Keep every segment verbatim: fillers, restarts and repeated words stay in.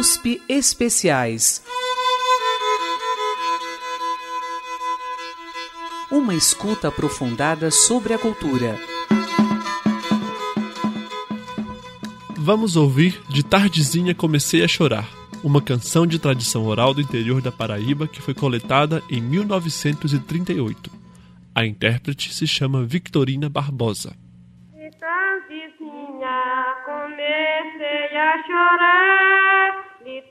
U S P Especiais. Uma escuta aprofundada sobre a cultura. Vamos ouvir De Tardezinha Comecei a Chorar, uma canção de tradição oral do interior da Paraíba que foi coletada em mil novecentos e trinta e oito. A intérprete se chama Victorina Barbosa. De tardezinha comecei a chorar, de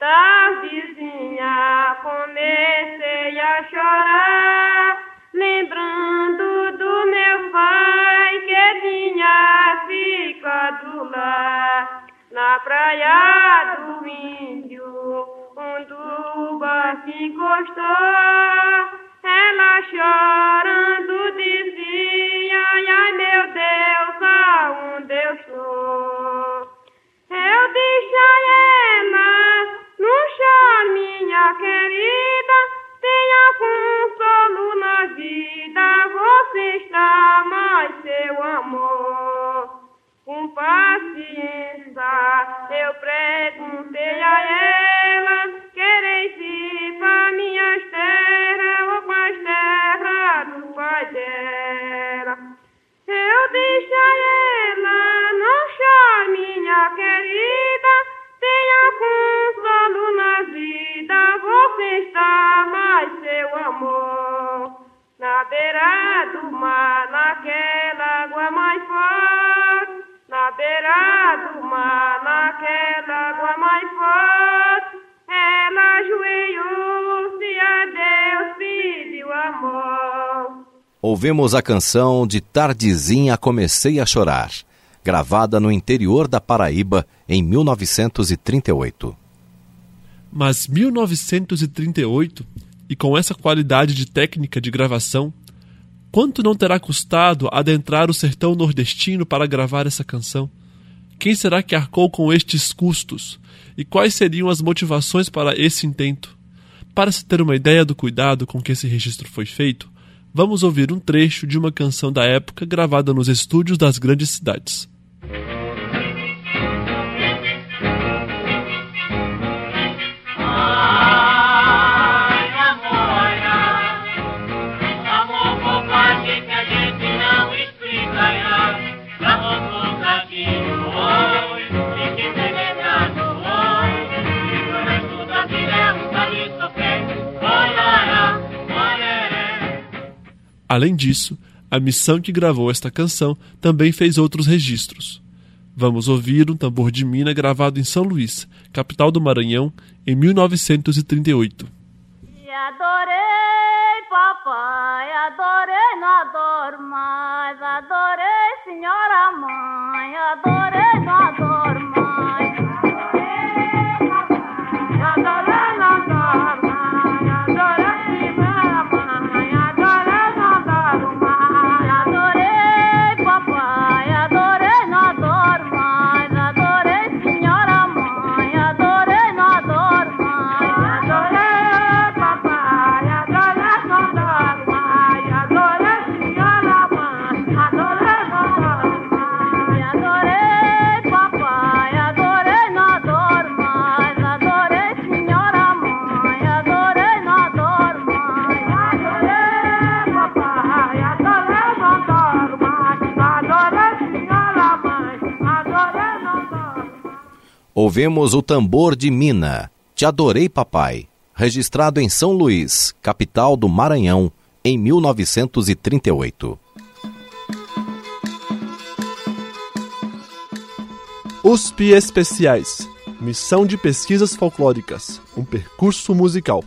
tardezinha comecei a chorar, lembrando do meu pai que tinha ficado lá na praia do Índio, onde o barco encostou. Ela chorando dizia: ai meu Deus, aonde eu estou? Eu disse a ela: não chore, minha querida, tenha consolo na vida, você está mais seu amor. Com paciência eu perguntei a ela: quereis ir para minhas terras ou para as terras do pai dela? Eu disse a ela: não chore, minha querida, tenha consolo na vida, você está mais seu amor. Na beira do mar, naquela água mais forte, na beira do mar, naquela água mais forte, ela ajoelhou-se a Deus, pediu amor. Ouvimos a canção De Tardezinha Comecei a Chorar, gravada no interior da Paraíba em mil novecentos e trinta e oito. Mas mil novecentos e trinta e oito, e com essa qualidade de técnica de gravação, quanto não terá custado adentrar o sertão nordestino para gravar essa canção? Quem será que arcou com estes custos? E quais seriam as motivações para esse intento? Para se ter uma ideia do cuidado com que esse registro foi feito, vamos ouvir um trecho de uma canção da época gravada nos estúdios das grandes cidades. Além disso, a missão que gravou esta canção também fez outros registros. Vamos ouvir um tambor de mina gravado em São Luís, capital do Maranhão, em mil novecentos e trinta e oito. E adorei, papai, adorei, não adoro mais, adorei, senhora mãe, adorei, não adoro mais, adorei, papai, adorei, não adoro mais, adorei, senhora mãe, adorei, não adoro mais, adorei, papai, adorei, não adoro mais, adorei, senhora mãe, adorei, não adoro mais, adorei, papai, adorei, não adoro mais, adorei, senhora mãe, adorei, não adoro mais, adorei, papai, adorei, não adoro mais, adorei, senhora mãe, adorei, não adoro mais, adorei, papai, adorei, não adoro mais, adorei, senhora mãe, adorei, não adoro mais. Ouvimos o tambor de mina, Te Adorei Papai, registrado em São Luís, capital do Maranhão, em mil novecentos e trinta e oito. U S P Especiais, Missão de Pesquisas Folclóricas, um percurso musical.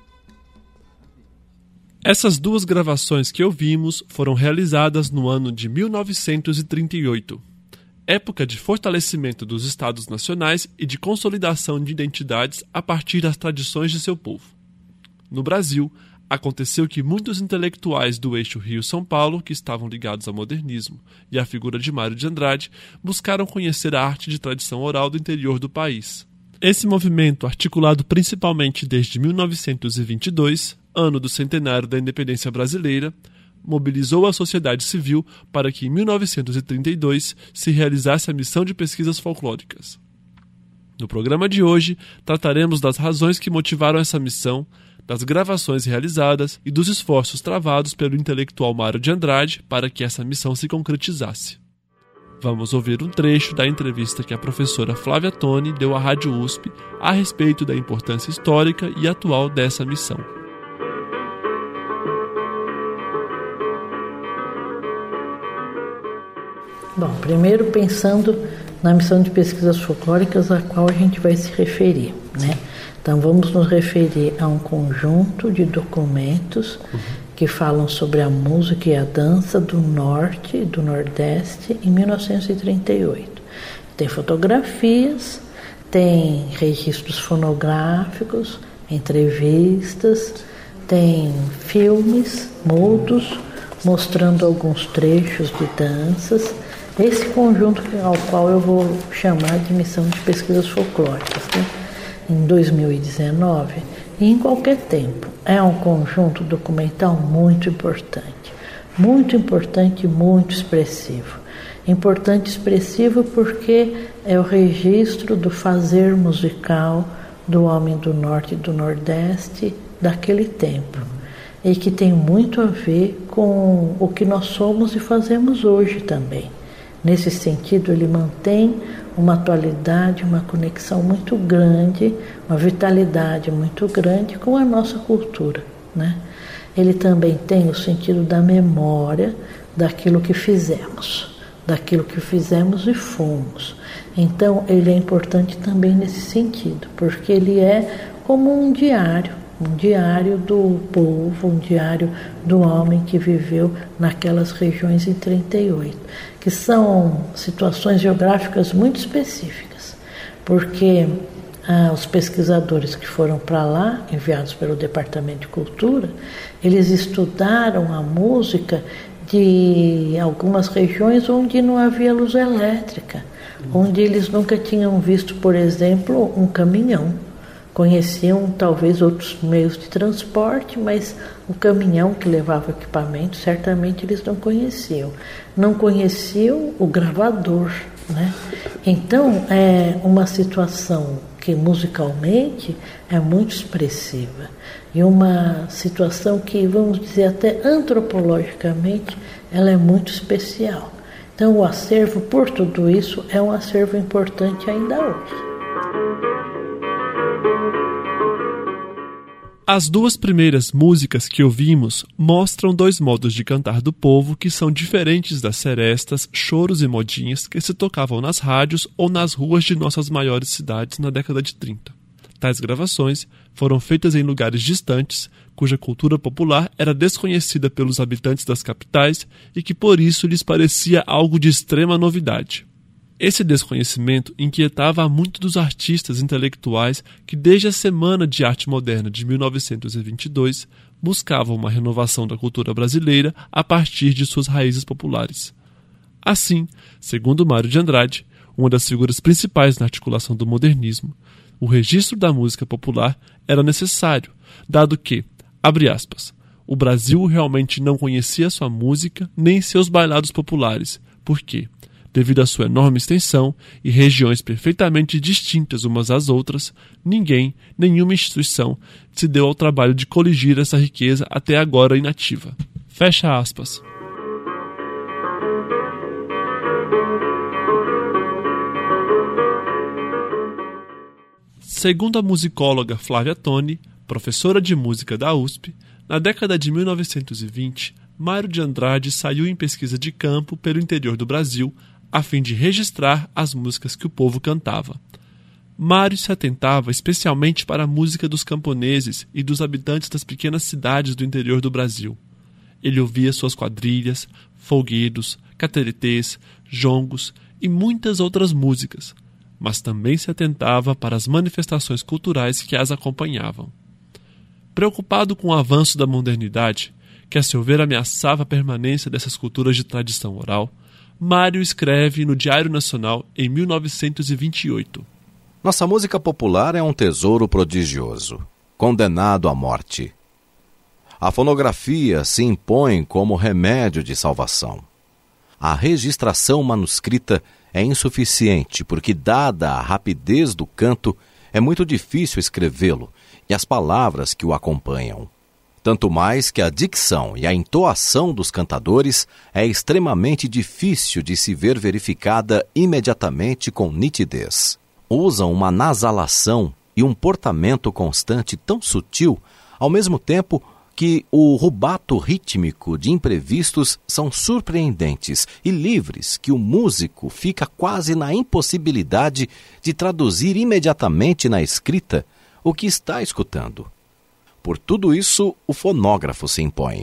Essas duas gravações que ouvimos foram realizadas no ano de mil novecentos e trinta e oito, época de fortalecimento dos estados nacionais e de consolidação de identidades a partir das tradições de seu povo. No Brasil, aconteceu que muitos intelectuais do eixo Rio-São Paulo, que estavam ligados ao modernismo e à figura de Mário de Andrade, buscaram conhecer a arte de tradição oral do interior do país. Esse movimento, articulado principalmente desde mil novecentos e vinte e dois, ano do centenário da independência brasileira, mobilizou a sociedade civil para que em mil novecentos e trinta e dois se realizasse a missão de pesquisas folclóricas. No programa de hoje, trataremos das razões que motivaram essa missão, das gravações realizadas e dos esforços travados pelo intelectual Mário de Andrade para que essa missão se concretizasse. Vamos ouvir um trecho da entrevista que a professora Flávia Toni deu à Rádio U S P a respeito da importância histórica e atual dessa missão. Bom, primeiro pensando na missão de pesquisas folclóricas a qual a gente vai se referir, né? Então vamos nos referir a um conjunto de documentos uhum. que falam sobre a música e a dança do Norte e do Nordeste em mil novecentos e trinta e oito. Tem fotografias, tem registros fonográficos, entrevistas, tem filmes mudos mostrando alguns trechos de danças. Esse conjunto ao qual eu vou chamar de missão de pesquisas folclóricas, né? Em dois mil e dezenove e em qualquer tempo. É um conjunto documental muito importante, muito importante e muito expressivo. Importante e expressivo porque é o registro do fazer musical do homem do Norte e do Nordeste daquele tempo, e que tem muito a ver com o que nós somos e fazemos hoje também. Nesse sentido, ele mantém uma atualidade, uma conexão muito grande, uma vitalidade muito grande com a nossa cultura, né? Ele também tem o sentido da memória daquilo que fizemos, daquilo que fizemos e fomos. Então, ele é importante também nesse sentido, porque ele é como um diário, um diário do povo, um diário do homem que viveu naquelas regiões em trinta e oito, que são situações geográficas muito específicas, porque ah, os pesquisadores que foram para lá, enviados pelo Departamento de Cultura, eles estudaram a música de algumas regiões onde não havia luz elétrica, onde eles nunca tinham visto, por exemplo, um caminhão. Conheciam talvez outros meios de transporte, mas o caminhão que levava equipamento, certamente eles não conheciam. Não conheciam o gravador, né? Então, é uma situação que musicalmente é muito expressiva e uma situação que, vamos dizer, até antropologicamente, ela é muito especial. Então, o acervo, por tudo isso, é um acervo importante ainda hoje. As duas primeiras músicas que ouvimos mostram dois modos de cantar do povo que são diferentes das serestas, choros e modinhas que se tocavam nas rádios ou nas ruas de nossas maiores cidades na década de trinta. Tais gravações foram feitas em lugares distantes, cuja cultura popular era desconhecida pelos habitantes das capitais e que por isso lhes parecia algo de extrema novidade. Esse desconhecimento inquietava a muitos dos artistas intelectuais que, desde a Semana de Arte Moderna de mil novecentos e vinte e dois, buscavam uma renovação da cultura brasileira a partir de suas raízes populares. Assim, segundo Mário de Andrade, uma das figuras principais na articulação do modernismo, o registro da música popular era necessário, dado que, abre aspas, o Brasil realmente não conhecia sua música nem seus bailados populares, porque, devido à sua enorme extensão e regiões perfeitamente distintas umas às outras, ninguém, nenhuma instituição, se deu ao trabalho de coligir essa riqueza até agora inativa. Fecha aspas. Segundo a musicóloga Flávia Toni, professora de música da U S P, na década de mil novecentos e vinte, Mário de Andrade saiu em pesquisa de campo pelo interior do Brasil a fim de registrar as músicas que o povo cantava. Mário se atentava especialmente para a música dos camponeses e dos habitantes das pequenas cidades do interior do Brasil. Ele ouvia suas quadrilhas, folguedos, cateretês, jongos e muitas outras músicas, mas também se atentava para as manifestações culturais que as acompanhavam. Preocupado com o avanço da modernidade, que a seu ver ameaçava a permanência dessas culturas de tradição oral, Mário escreve no Diário Nacional em mil novecentos e vinte e oito. Nossa música popular é um tesouro prodigioso, condenado à morte. A fonografia se impõe como remédio de salvação. A registração manuscrita é insuficiente porque, dada a rapidez do canto, é muito difícil escrevê-lo e as palavras que o acompanham. Tanto mais que a dicção e a entoação dos cantadores é extremamente difícil de se ver verificada imediatamente com nitidez. Usam uma nasalação e um portamento constante tão sutil, ao mesmo tempo que o rubato rítmico de imprevistos são surpreendentes e livres, que o músico fica quase na impossibilidade de traduzir imediatamente na escrita o que está escutando. Por tudo isso, o fonógrafo se impõe.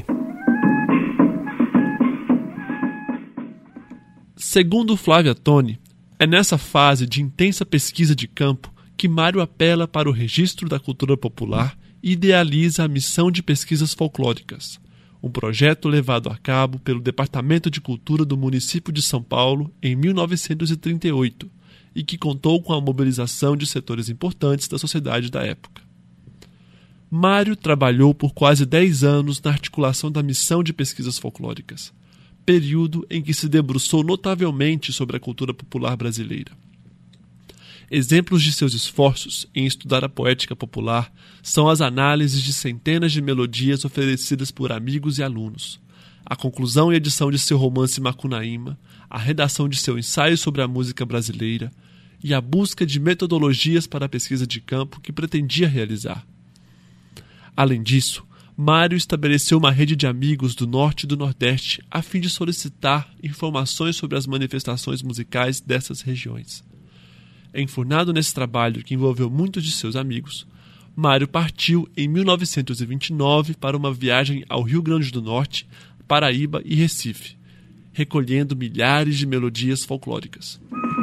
Segundo Flávia Toni, é nessa fase de intensa pesquisa de campo que Mário apela para o registro da cultura popular e idealiza a Missão de Pesquisas Folclóricas, um projeto levado a cabo pelo Departamento de Cultura do município de São Paulo em mil novecentos e trinta e oito e que contou com a mobilização de setores importantes da sociedade da época. Mário trabalhou por quase dez anos na articulação da Missão de Pesquisas Folclóricas, período em que se debruçou notavelmente sobre a cultura popular brasileira. Exemplos de seus esforços em estudar a poética popular são as análises de centenas de melodias oferecidas por amigos e alunos, a conclusão e edição de seu romance Macunaíma, a redação de seu ensaio sobre a música brasileira e a busca de metodologias para a pesquisa de campo que pretendia realizar. Além disso, Mário estabeleceu uma rede de amigos do Norte e do Nordeste a fim de solicitar informações sobre as manifestações musicais dessas regiões. Enfurnado nesse trabalho que envolveu muitos de seus amigos, Mário partiu em mil novecentos e vinte e nove para uma viagem ao Rio Grande do Norte, Paraíba e Recife, recolhendo milhares de melodias folclóricas.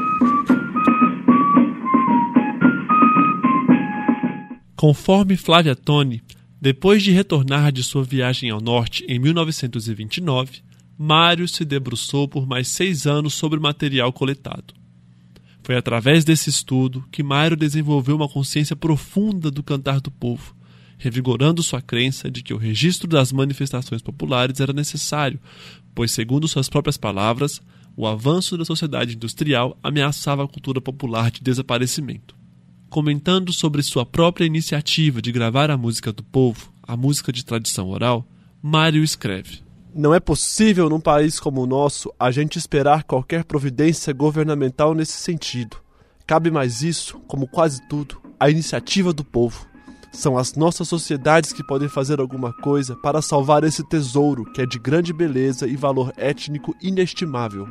Conforme Flávia Toni, depois de retornar de sua viagem ao norte em mil novecentos e vinte e nove, Mário se debruçou por mais seis anos sobre o material coletado. Foi através desse estudo que Mário desenvolveu uma consciência profunda do cantar do povo, revigorando sua crença de que o registro das manifestações populares era necessário, pois, segundo suas próprias palavras, o avanço da sociedade industrial ameaçava a cultura popular de desaparecimento. Comentando sobre sua própria iniciativa de gravar a música do povo, a música de tradição oral, Mário escreve: Não é possível, num país como o nosso, a gente esperar qualquer providência governamental nesse sentido. Cabe mais isso, como quase tudo, à iniciativa do povo. São as nossas sociedades que podem fazer alguma coisa para salvar esse tesouro que é de grande beleza e valor étnico inestimável.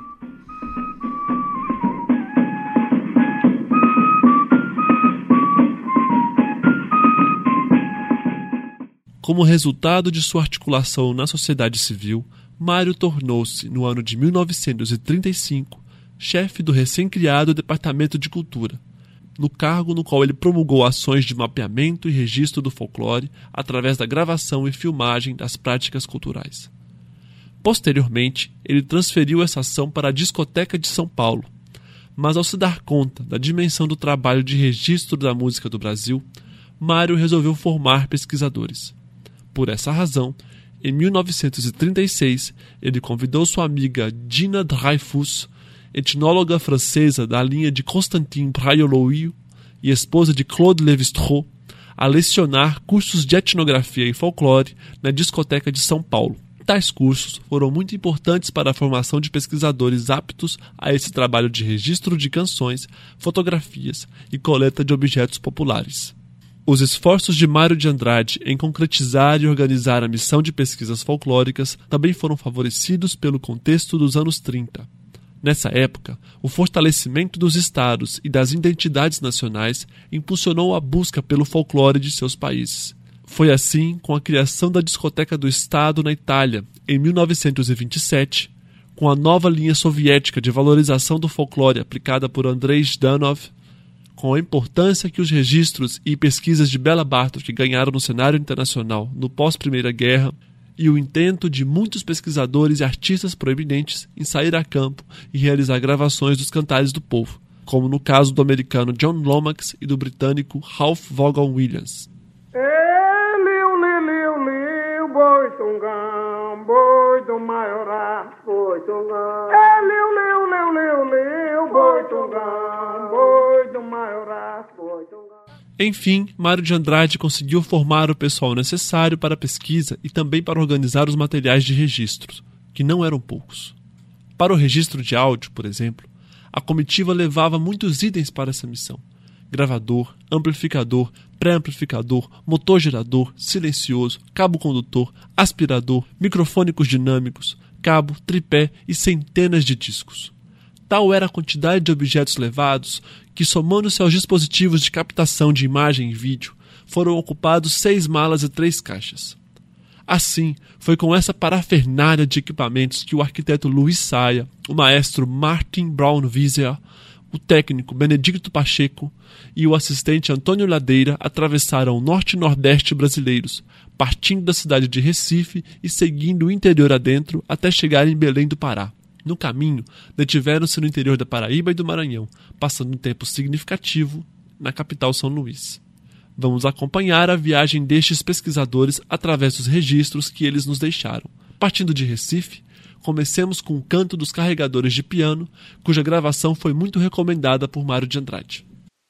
Como resultado de sua articulação na sociedade civil, Mário tornou-se, no ano de mil novecentos e trinta e cinco, chefe do recém-criado Departamento de Cultura, no cargo no qual ele promulgou ações de mapeamento e registro do folclore através da gravação e filmagem das práticas culturais. Posteriormente, ele transferiu essa ação para a Discoteca de São Paulo, mas ao se dar conta da dimensão do trabalho de registro da música do Brasil, Mário resolveu formar pesquisadores. Por essa razão, em mil novecentos e trinta e seis, ele convidou sua amiga Dina Dreyfus, etnóloga francesa da linha de Constantin Braillaud e esposa de Claude Lévi-Strauss, a lecionar cursos de etnografia e folclore na Discoteca de São Paulo. Tais cursos foram muito importantes para a formação de pesquisadores aptos a esse trabalho de registro de canções, fotografias e coleta de objetos populares. Os esforços de Mário de Andrade em concretizar e organizar a missão de pesquisas folclóricas também foram favorecidos pelo contexto dos anos trinta. Nessa época, o fortalecimento dos estados e das identidades nacionais impulsionou a busca pelo folclore de seus países. Foi assim com a criação da Discoteca do Estado na Itália, em mil novecentos e vinte e sete, com a nova linha soviética de valorização do folclore aplicada por Andrei Zhdanov, com a importância que os registros e pesquisas de Béla Bartók ganharam no cenário internacional no pós-Primeira Guerra, e o intento de muitos pesquisadores e artistas proeminentes em sair a campo e realizar gravações dos cantares do povo, como no caso do americano John Lomax e do britânico Ralph Vaughan Williams. É, liu, liu, liu, liu, boi tungão, boi do Maiorá, boi tungão. É, liu, liu, liu, liu, liu, boi Enfim, Mário de Andrade conseguiu formar o pessoal necessário para a pesquisa e também para organizar os materiais de registro, que não eram poucos. Para o registro de áudio, por exemplo, a comitiva levava muitos itens para essa missão: gravador, amplificador, pré-amplificador, motor gerador, silencioso, cabo condutor, aspirador, microfônicos dinâmicos, cabo, tripé e centenas de discos. Tal era a quantidade de objetos levados que, somando-se aos dispositivos de captação de imagem e vídeo, foram ocupados seis malas e três caixas. Assim, foi com essa parafernália de equipamentos que o arquiteto Luiz Saia, o maestro Martin Braun-Wieser, o técnico Benedicto Pacheco e o assistente Antônio Ladeira atravessaram o norte e nordeste brasileiros, partindo da cidade de Recife e seguindo o interior adentro até chegar em Belém do Pará. No caminho, detiveram-se no interior da Paraíba e do Maranhão, passando um tempo significativo na capital São Luís. Vamos acompanhar a viagem destes pesquisadores através dos registros que eles nos deixaram. Partindo de Recife, comecemos com o Canto dos Carregadores de Piano, cuja gravação foi muito recomendada por Mário de Andrade.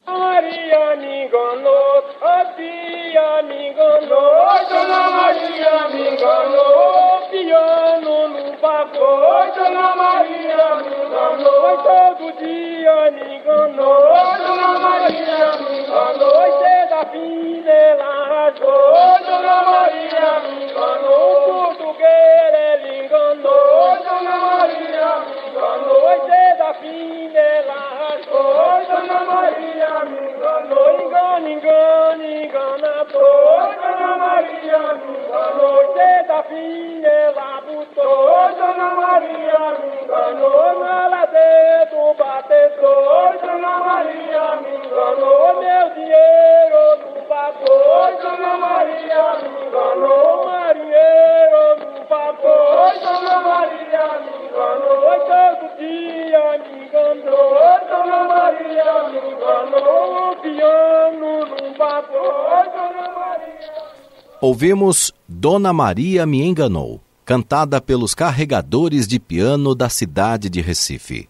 Maria me enganou, a Pia me enganou, Dona Maria me enganou, piano no vapor, Dona Maria me enganou, todo dia me enganou, Dona Maria me enganou, cedo fim ela rasgou, Dona Maria me enganou, português ele enganou, Dona Maria me enganou, cedo fim ela rasgou, Dona Maria me enganou, engana, engana, enganador, Dona Maria me enganou, cedo fim ela botou, Dona Maria me enganou, na ladeira do batedor, Dona Maria me enganou, meu dinheiro no vapor, Dona Maria me enganou, marinheiro no vapor, Dona Maria me enganou, todo dia me enganou, Dona Maria me enganou, o piano no vapor, Dona Maria. Ouvimos Dona Maria Me Enganou, cantada pelos carregadores de piano da cidade de Recife.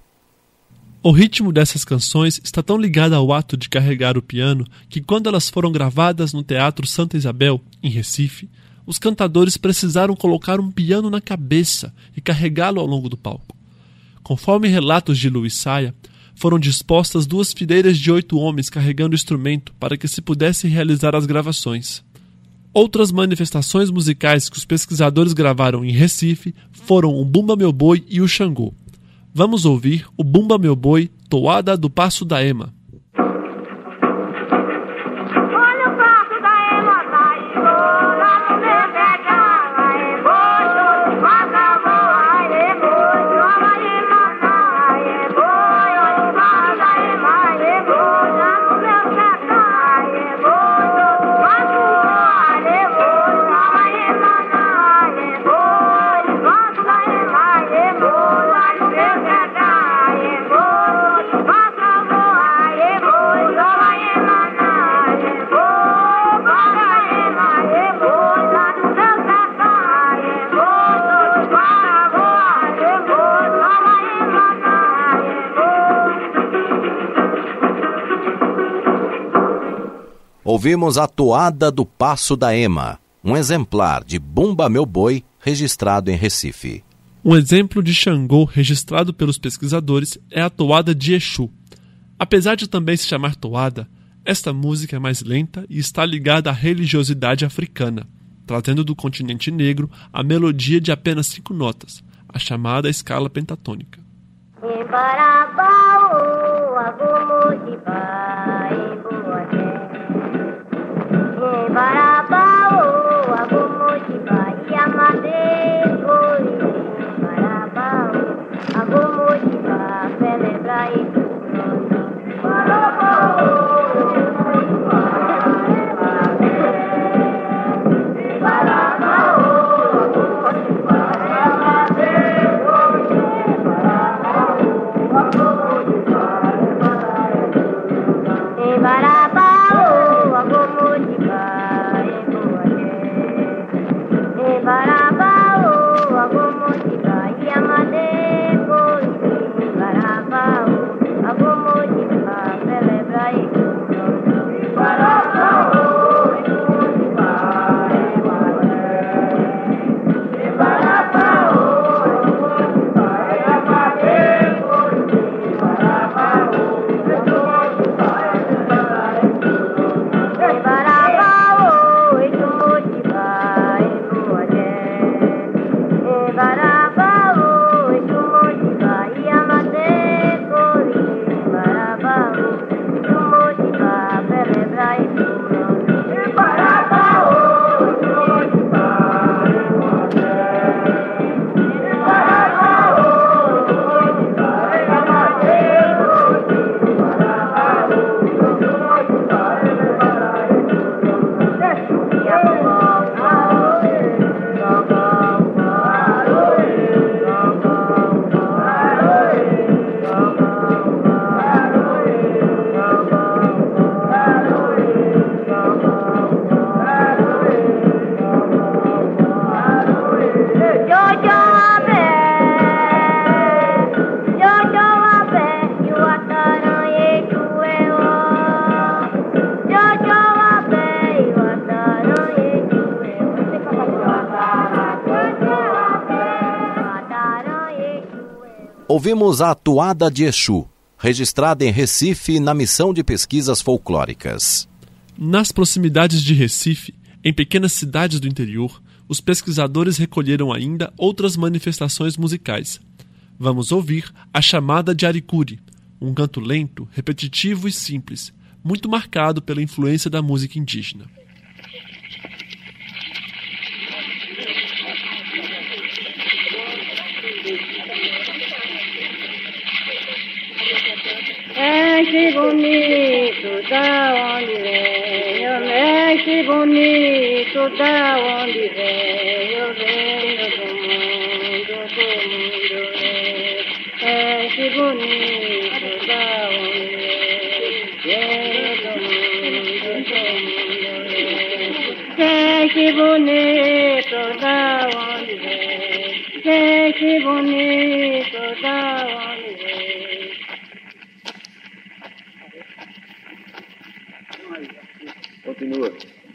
O ritmo dessas canções está tão ligado ao ato de carregar o piano que, quando elas foram gravadas no Teatro Santa Isabel, em Recife, os cantadores precisaram colocar um piano na cabeça e carregá-lo ao longo do palco. Conforme relatos de Luiz Saia, foram dispostas duas fileiras de oito homens carregando o instrumento para que se pudesse realizar as gravações. Outras manifestações musicais que os pesquisadores gravaram em Recife foram o Bumba Meu Boi e o Xangô. Vamos ouvir o Bumba Meu Boi, Toada do Passo da Ema. Ouvimos a Toada do Passo da Ema, um exemplar de Bumba Meu Boi registrado em Recife. Um exemplo de Xangô registrado pelos pesquisadores é a Toada de Exu. Apesar de também se chamar toada, esta música é mais lenta e está ligada à religiosidade africana, trazendo do continente negro a melodia de apenas cinco notas, a chamada escala pentatônica. Ouvimos a Toada de Exu, registrada em Recife na Missão de Pesquisas Folclóricas. Nas proximidades de Recife, em pequenas cidades do interior, os pesquisadores recolheram ainda outras manifestações musicais. Vamos ouvir a chamada de Aricuri, um canto lento, repetitivo e simples, muito marcado pela influência da música indígena. É que bonito da onde vem, é que bonito da onde vem, eu venho do mundo, do mundo vem. É que bonito da onde vem, venho do mundo, do mundo vem. É que bonito da onde vem, é que bonito da onde vem. Continua.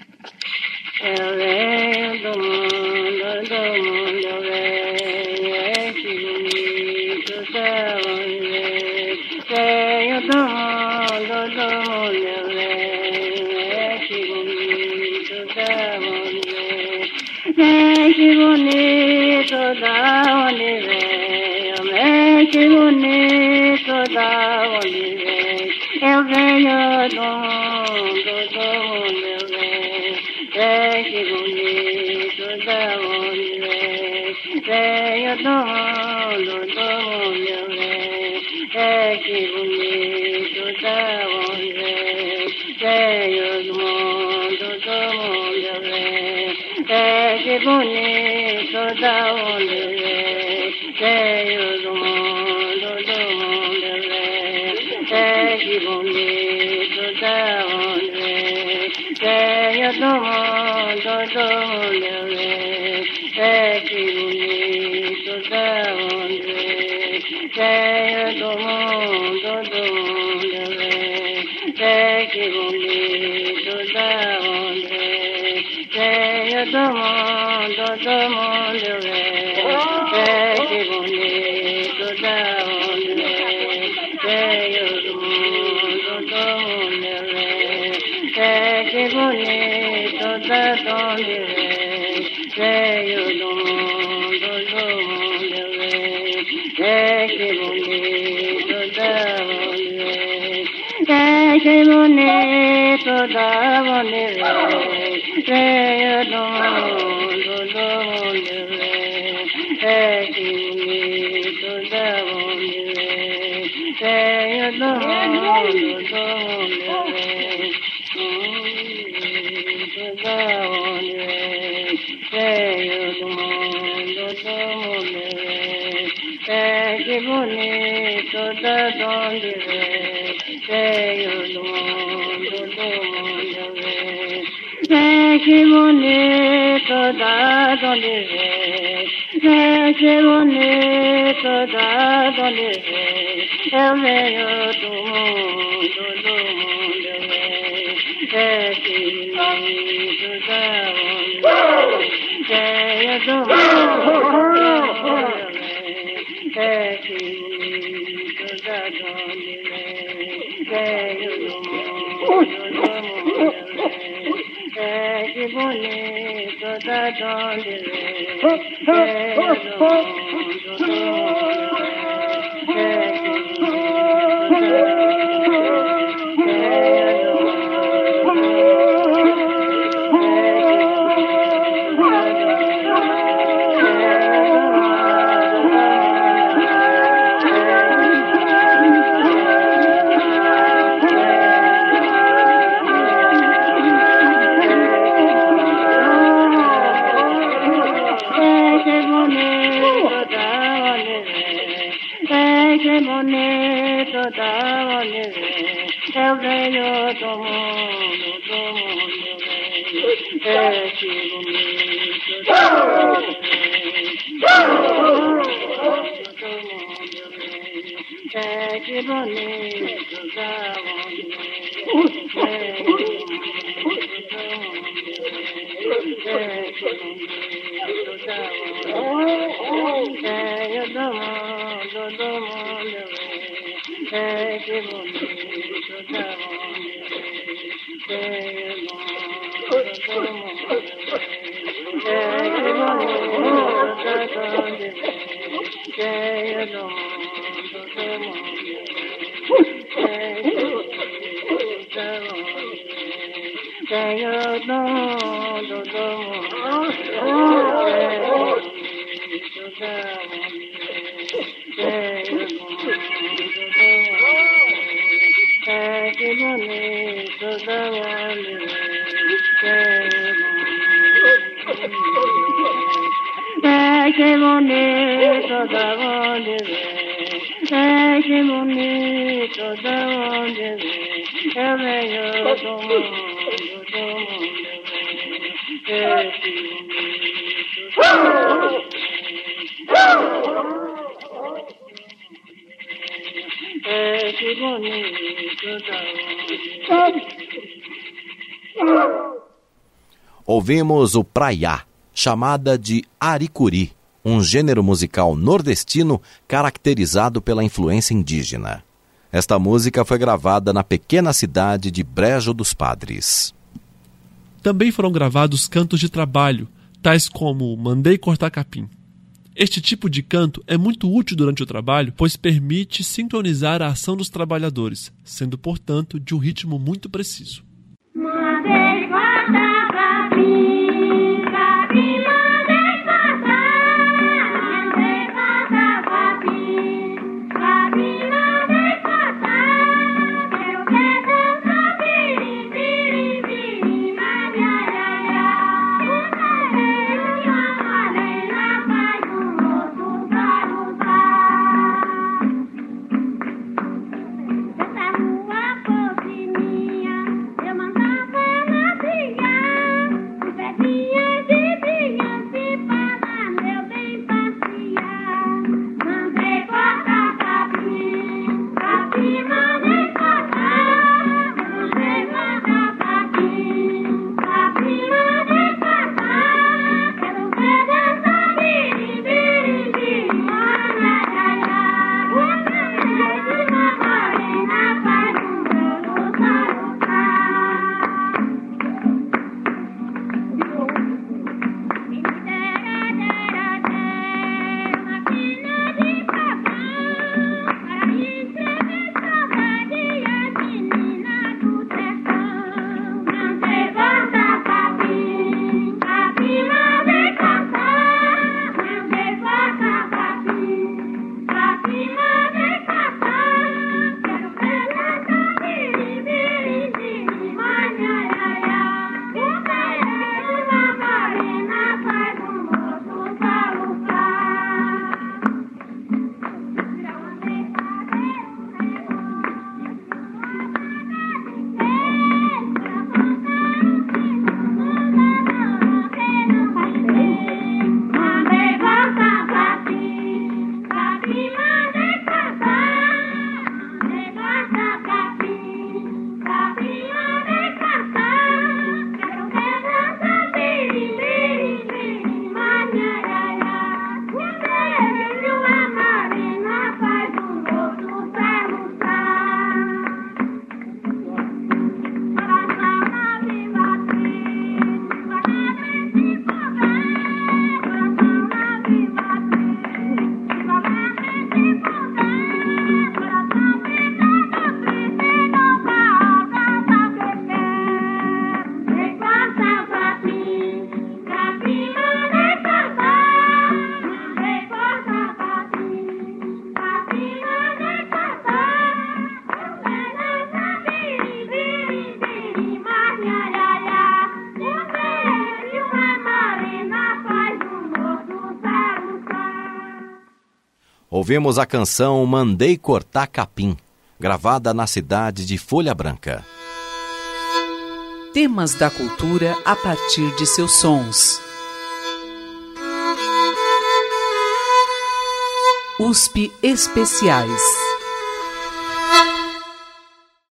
Eu venho do mundo, do mundo venho, é que bonito da onde vem. Venho do mundo, do mundo venho, é que bonito da onde vem. É que bonito da onde venho, é que bonito da onde vem. Eu venho do mundo, do mundo vem. É que bonito da onde vem. Venho do mundo, do mundo vem. É que bonito da onde vem. Venho do mundo, do mundo vem. É que bonito da onde vem. Venho do mundo, do mundo vem. É que bonito da onde vem. Venho do mundo, do mundo vem. É que bonito da onde vem. Venho do mundo, do mundo vem. É que bonito da onde vem. Venho do mundo, do mundo vem. É que bonito da onde vem. Venho do mundo, do mundo vem. É que bonito da onde vem. Venho do mundo, do mundo vem. É que bonito da onde vem. É que bonito da onde vem. Venho do mundo, do mundo vem. É que bonito da onde vem. Venho do mundo, do mundo vem. Bonito da onde vem. Venho do mundo, do mundo vem. É que bonito da onde vem. Venho do mundo, do mundo vem. É que bonito da onde vem. É que bonito da onde vem. Eu venho do mundo, do mundo vem. É que bonito da onde vem. Venho do mundo, do mundo vem. É que bonito da onde vem. Venho do mundo, do mundo vem. É que bonito da onde vem. Venho do mundo, do mundo vem. É que bonito da onde vem. Eu venho do mundo, do mundo vem. É que bonito da onde vem. Do mundo vem. É que bonito da onde vem. É que bonito da onde vem. É que bonito da onde vem. Venho do mundo, Ouvimos o praiá, chamada de aricuri, um gênero musical nordestino caracterizado pela influência indígena. Esta música foi gravada na pequena cidade de Brejo dos Padres. Também foram gravados cantos de trabalho, tais como Mandei Cortar Capim. Este tipo de canto é muito útil durante o trabalho, pois permite sincronizar a ação dos trabalhadores, sendo, portanto, de um ritmo muito preciso. Mandei cortar capim, capim, mandei cortar, mandei cortar capim, capim, mandei cortar, quero ver dançar, pirim, pirim, pirim, ai, ai, ai, ai, o terreiro e a marena faz um outro saludar. Essa rua fosse minha, eu mandava na briga, os velhinhos e vinhas e para meu bem passear. Mandei cortar capim, capim, mandei cortar, mandei cortar capim, capim, mandei cortar, quero ver dançar, birim, birim, birim, ai, ai, ai, ai, o terreiro e a marena faz um outro saludar. Ouvimos a canção Mandei Cortar Capim, gravada na cidade de Folha Branca. Temas da cultura a partir de seus sons. U S P Especiais.